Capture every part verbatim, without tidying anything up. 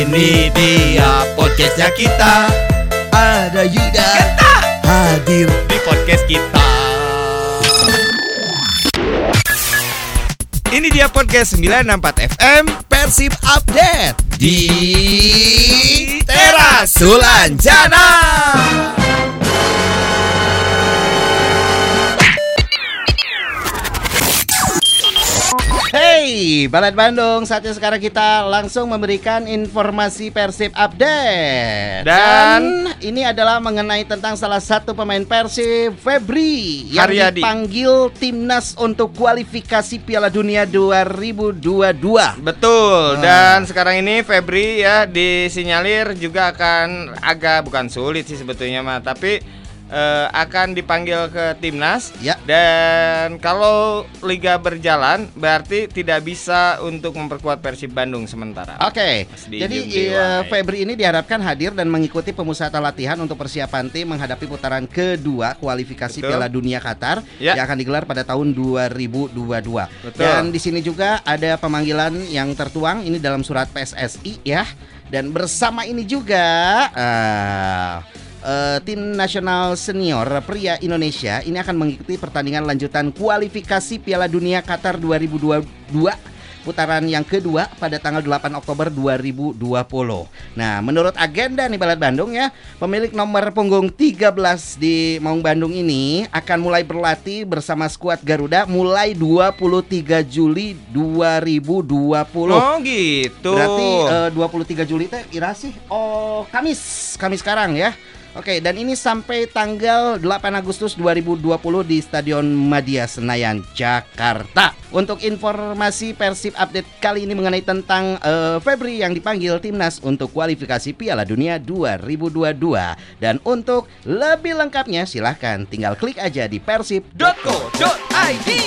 Ini dia podcastnya kita. Ada Yuda Genta hadir di podcast kita. Ini dia podcast sembilan enam empat F M Persib Update di Teras Sulanjana. Hey, Balat Bandung, saatnya sekarang kita langsung memberikan informasi Persib Update. Dan, Dan ini adalah mengenai tentang salah satu pemain Persib, Febri, yang Haryadi, dipanggil timnas untuk kualifikasi Piala Dunia dua ribu dua puluh dua. Betul, hmm. Dan sekarang ini Febri ya disinyalir juga akan agak bukan sulit sih sebetulnya mah, tapi Uh, akan dipanggil ke timnas ya. Dan kalau liga berjalan berarti tidak bisa untuk memperkuat Persib Bandung sementara. Oke, okay. Jadi uh, Febri ini diharapkan hadir dan mengikuti pemusatan latihan untuk persiapan tim menghadapi putaran kedua kualifikasi Betul. Piala Dunia Qatar ya. Yang akan digelar pada tahun dua ribu dua puluh dua. Betul. Dan di sini juga ada pemanggilan yang tertuang ini dalam surat P S S I ya. Dan bersama ini juga uh, Uh, tim nasional senior pria Indonesia ini akan mengikuti pertandingan lanjutan kualifikasi Piala Dunia Qatar dua ribu dua puluh dua putaran yang kedua pada tanggal delapan Oktober dua ribu dua puluh. Nah, menurut agenda nih Balat Bandung ya, pemilik nomor punggung tiga belas di Maung Bandung ini akan mulai berlatih bersama skuad Garuda mulai dua puluh tiga Juli dua ribu dua puluh. Oh gitu. Berarti uh, dua puluh tiga Juli teh kira sih oh Kamis, Kamis sekarang ya. Oke, dan ini sampai tanggal delapan Agustus dua ribu dua puluh di Stadion Madia Senayan, Jakarta. Untuk informasi Persib Update kali ini mengenai tentang uh, Febri yang dipanggil timnas untuk kualifikasi Piala Dunia dua ribu dua puluh dua. Dan untuk lebih lengkapnya silahkan tinggal klik aja di persib dot co dot i d.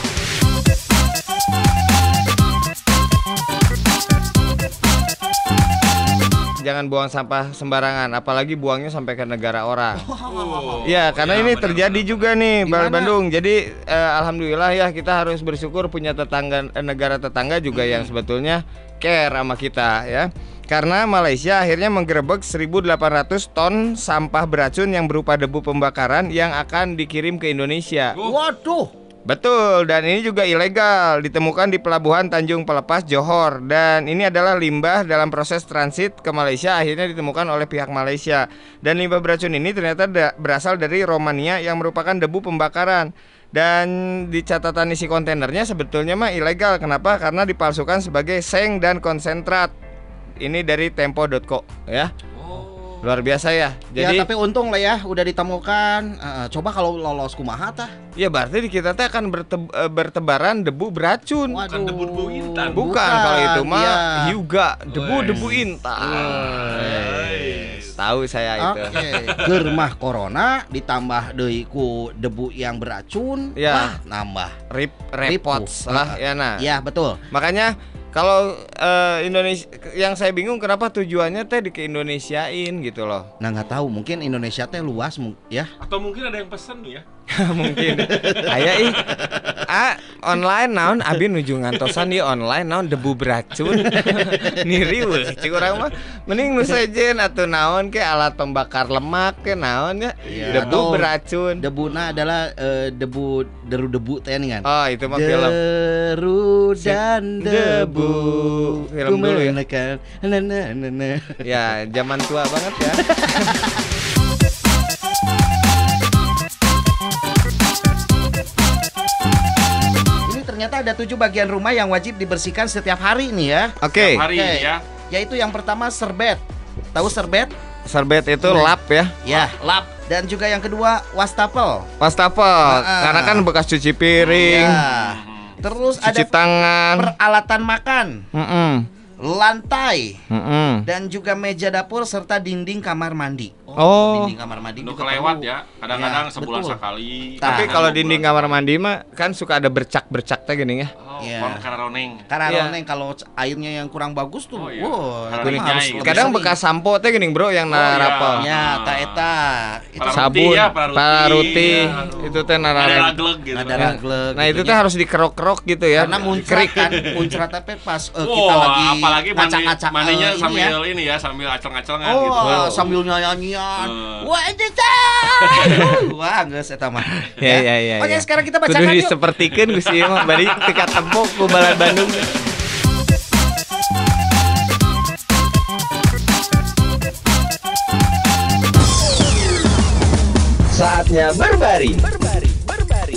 Jangan buang sampah sembarangan, apalagi buangnya sampai ke negara orang. Iya, oh, karena ya, ini bener, terjadi bener. juga nih, Balat Bandung. Jadi eh, alhamdulillah ya kita harus bersyukur punya tetangga eh, negara tetangga juga hmm. yang sebetulnya care sama kita ya. Karena Malaysia akhirnya menggerebek seribu delapan ratus ton sampah beracun yang berupa debu pembakaran yang akan dikirim ke Indonesia. Waduh. Betul, dan ini juga ilegal, ditemukan di Pelabuhan Tanjung Pelepas, Johor. Dan ini adalah limbah dalam proses transit ke Malaysia, akhirnya ditemukan oleh pihak Malaysia. Dan limbah beracun ini ternyata da- berasal dari Romania yang merupakan debu pembakaran. Dan di catatan isi kontainernya sebetulnya mah ilegal. Kenapa? Karena dipalsukan sebagai seng dan konsentrat. Ini dari tempo dot co ya. Luar biasa ya. Jadi ya, tapi untung lah ya udah ditemukan. Uh, coba kalau lolos kumaha tah? Ya berarti di kita teh akan berte- bertebaran debu beracun. Bukan debu-debu intan. Bukan, Bukan kalau itu mah ya. Hyuga, debu-debu intan. Tahu saya itu. Oke. Okay. Germah corona ditambah deui ku debu yang beracun, ya. Wah, nambah Rip repot lah ya nah. Ya, betul. Makanya kalau uh, Indonesia, yang saya bingung kenapa tujuannya teh di ke Indonesiain gitu loh. Nah nggak tahu, mungkin Indonesia teh luas ya. Atau mungkin ada yang pesen ya. Mungkin. Aya ih. Ah, online naon abi nuju ngantosan di online naon debu beracun. Niri weh cik urang mah mending nu sejen atuh naon ke alat pembakar lemak ke naon ya. Ya debu beracun. Debuna adalah uh, debu deru debu teh kan. Oh, itu mah film. Deru dan debu. Film dulu ya. Na, na, na, na. Ya, zaman tua banget ya. Ternyata ada tujuh bagian rumah yang wajib dibersihkan setiap hari nih ya. Oke. Okay. Hari okay. ya. Yaitu yang pertama serbet. Tahu serbet? Serbet itu nah. lap ya. Ya, lap. Dan juga yang kedua wastafel. Wastafel. Nah, karena kan bekas cuci piring. Ya. Terus cuci ada tangan, peralatan makan. Mm-mm. Lantai. Mm-mm. Dan juga meja dapur serta dinding kamar mandi. Oh, Oh. dinding kamar mandi Udah juga kelewat perlu. ya. Kadang-kadang Ya, sebulan betul. sekali. Nah, Tapi kadang kalau dua dinding bulan kamar mandi mah kan suka ada bercak-bercak teh gini ya. Oh, Iya. yeah. Karena roneng. Karena Iya. roneng kalau c- airnya yang kurang bagus tuh, Oh, iya. wow, Karena itu mah nyai. harus lebih Kadang sering. bekas sampo teh gini bro yang Oh, narapel. iya. Ya, tak eta. Itu Para Sabun, ruti ya, para ruti. paruti, Iya, aduh. itu teh Ada narapel. raglek gitu. ada kan. raglek. Nah itu gitunya. teh harus dikerok-kerok gitu ya. Karena muncrat kan, muncrat tapi pas eh, Wow, kita lagi apalagi mandi, ngacak-ngacak mandinya eh, ini sambil ya. ini ya, sambil acel-acelengan Oh, gitu. sambil nyanyian. Eh. Wah, itu wah, geus eta mah. Ya ya ya. Oke, ya. sekarang kita Kudu bacakan yuk. disepertikeun Gusti ieu mah bari teka tembok ku Balan Bandung. Saatnya berbaring. Berbari, berbari.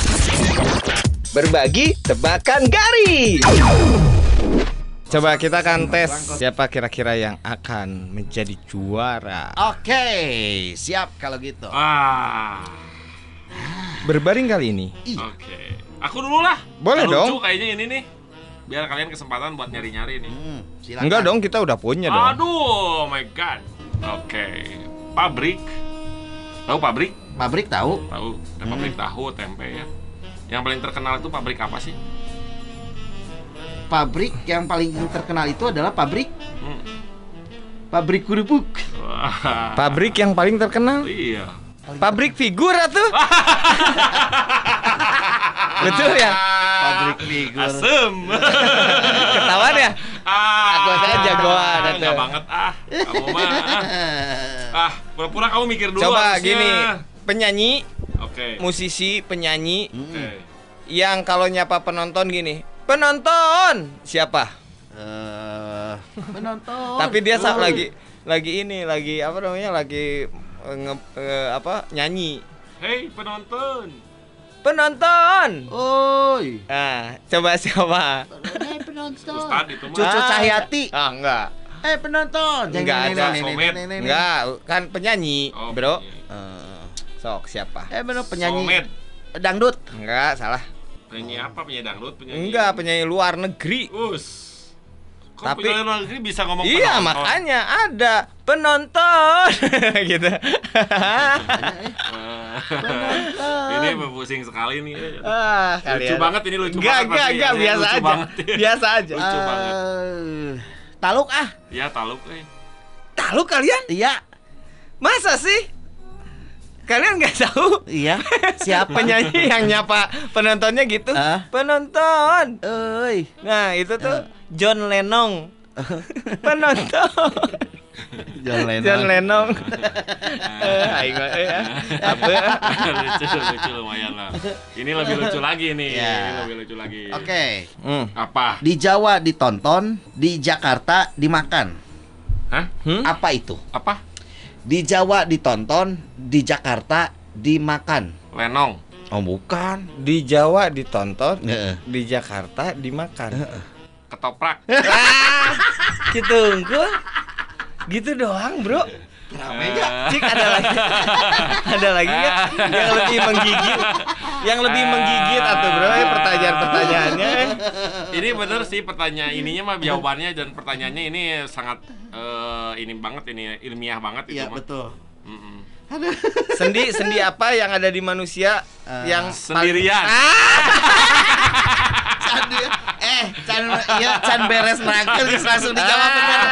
Berbagi tebakan garis. Coba kita akan tes siapa kira-kira yang akan menjadi juara. Oke, siap kalau gitu. Ah. Berbaring kali ini. Oke. Aku dulu lah. Boleh Lucu dong. kayaknya ini nih. Biar kalian kesempatan buat nyari-nyari nih. Hmm, silakan. Enggak dong, kita udah punya dong. Aduh, oh my god. Oke. Pabrik. Tahu pabrik? Pabrik tahu? Tahu. Ada Hmm. pabrik tahu, tempe ya. Yang paling terkenal itu pabrik apa sih? Pabrik yang paling terkenal itu adalah pabrik Hmm. pabrik kerupuk. Wah. Pabrik yang paling terkenal. Iya. Pabrik figur atuh. Betul ya? Pabrik figur. Asem. Ketahuan ya? Ah, Aku saya jagoan, atuh. Enggak banget ah. Kamu mah. Ah, ah pura-pura kamu mikir dulu. Coba harusnya. gini, penyanyi, Oke. musisi, penyanyi Oke. yang kalau nyapa penonton gini, penonton siapa? Eh, penonton. Tapi dia sa- Oh. lagi lagi ini, lagi apa namanya? Lagi eh, nge- eh, apa? Nyanyi. Hei penonton. Penonton. Oi. Nah, coba siapa? Eh, penonton. Ustad itu mah. Cucu Cahyati. Ah, enggak. Eh, penonton. Enggak Neng, ada. neng, neng, Somet. neng, neng, neng. Enggak, kan penyanyi, Oh, Bro. penyanyi. Eh, Sok siapa? eh, bener penyanyi Somet. dangdut. Enggak, salah. Penyanyi apa? Penyanyi dangdut? Penyanyi. Enggak, penyanyi luar negeri. Us. Kok Tapi- penyanyi luar negeri bisa ngomong Iya, penonton? makanya ada penonton gitu. Ah. Ini pusing sekali nih. ah, Lucu banget ini, lucu enggak, banget Enggak, pasti. enggak, Ini biasa lucu aja. banget. Biasa aja. Lucu banget. Eh, Taluk ah. Ya taluk eh. Tahu kalian? Iya. Masa sih? Kalian nggak tahu? Iya. Siapa? Penyanyi yang nyapa penontonnya gitu. Ah. Penonton. Oi. Nah, itu tuh John Lennon. Penonton. John Lennon. John Lennon. Eh, aing mah, eh, ah. Apa? lucu, lucu lumayan lah. Ini lebih lucu lagi nih. Ya. Ini lebih lucu lagi. Oke. Hmm. Apa? Di Jawa ditonton, di Jakarta dimakan. Hah? Hmm? Apa itu? Apa? Di Jawa ditonton, di Jakarta dimakan. Lenong. Oh, bukan. Di Jawa ditonton, Heeh. di Jakarta dimakan. Ketoprak. Ah, gitu unggul. Gitu doang, Bro. Eh, Cik, ada lagi. Ada lagi nggak yang lebih menggigit? Yang lebih menggigit atau Bro, eh, pertanyaan-pertanyaannya. eh. Ini bener sih pertanyaan ininya mah jawabannya dan pertanyaannya ini sangat eh, ini banget ini ilmiah banget itu Iya, mah. betul. Mm-mm. Sendi sendi apa yang ada di manusia Eh, yang Sendirian. Can, eh, can, iya, can beres merangkul geus langsung dijawab bener.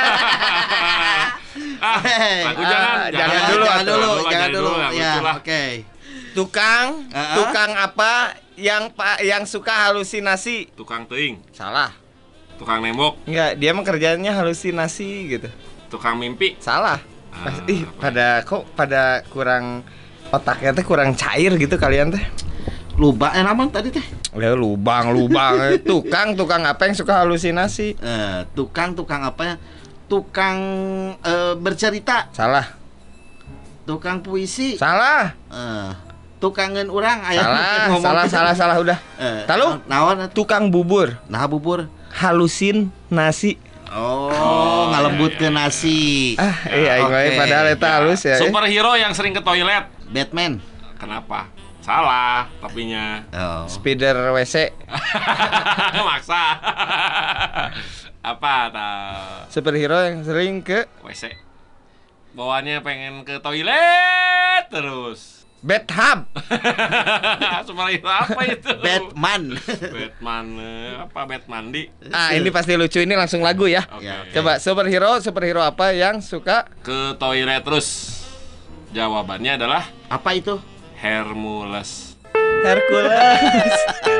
Ah, Hei. aku jangan, Ah, jangan dulu, jangan atuh. dulu, Jangan jangan dulu. yang Ya, lucu lah. oke. tukang Ah. tukang apa yang pak yang suka halusinasi? Tukang teing, Salah. tukang nembok, Enggak, dia mah kerjanya halusinasi gitu. tukang mimpi. Salah. Ah, Pas- ih, apa? pada kok pada kurang otaknya teh kurang cair gitu kalian teh. Lupa eh namun tadi teh. Ya lubang lubang eh, tukang tukang apa yang suka halusinasi? Eh, tukang tukang apa ya? Tukang eh, bercerita, Salah. tukang puisi, Salah. eh, tukangan orang aya Salah, ngomong salah, gitu. salah, salah udah. Eh, Tahu? naon atuh? Tukang bubur, Nah bubur. halusin nasi. Oh, Oh, ngalembut iya, ke iya, nasi. Ah, iya, aing Oke. wae padahal eta halus ya. eh. Superhero yang sering ke toilet. Batman. Kenapa? Salah, tapinya. Oh. Spider W C. Maksa. Apa tahu? Superhero yang sering ke W C. bawaannya pengen ke toilet terus. Bathhub. Superhero apa itu? Batman. Batman apa Batmandi? Ah, ini pasti lucu, ini langsung lagu ya. Okay, okay. Coba superhero, superhero apa yang suka ke toilet terus? Jawabannya adalah Apa itu? Hercules. Hercules.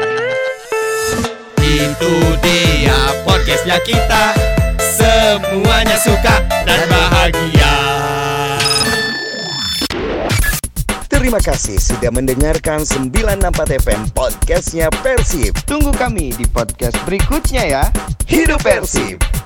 Itu dia podcastnya kita, semuanya suka dan bahagia. Terima kasih sudah mendengarkan sembilan puluh empat F M podcastnya Persib. Tunggu kami di podcast berikutnya ya. Hidup Persib.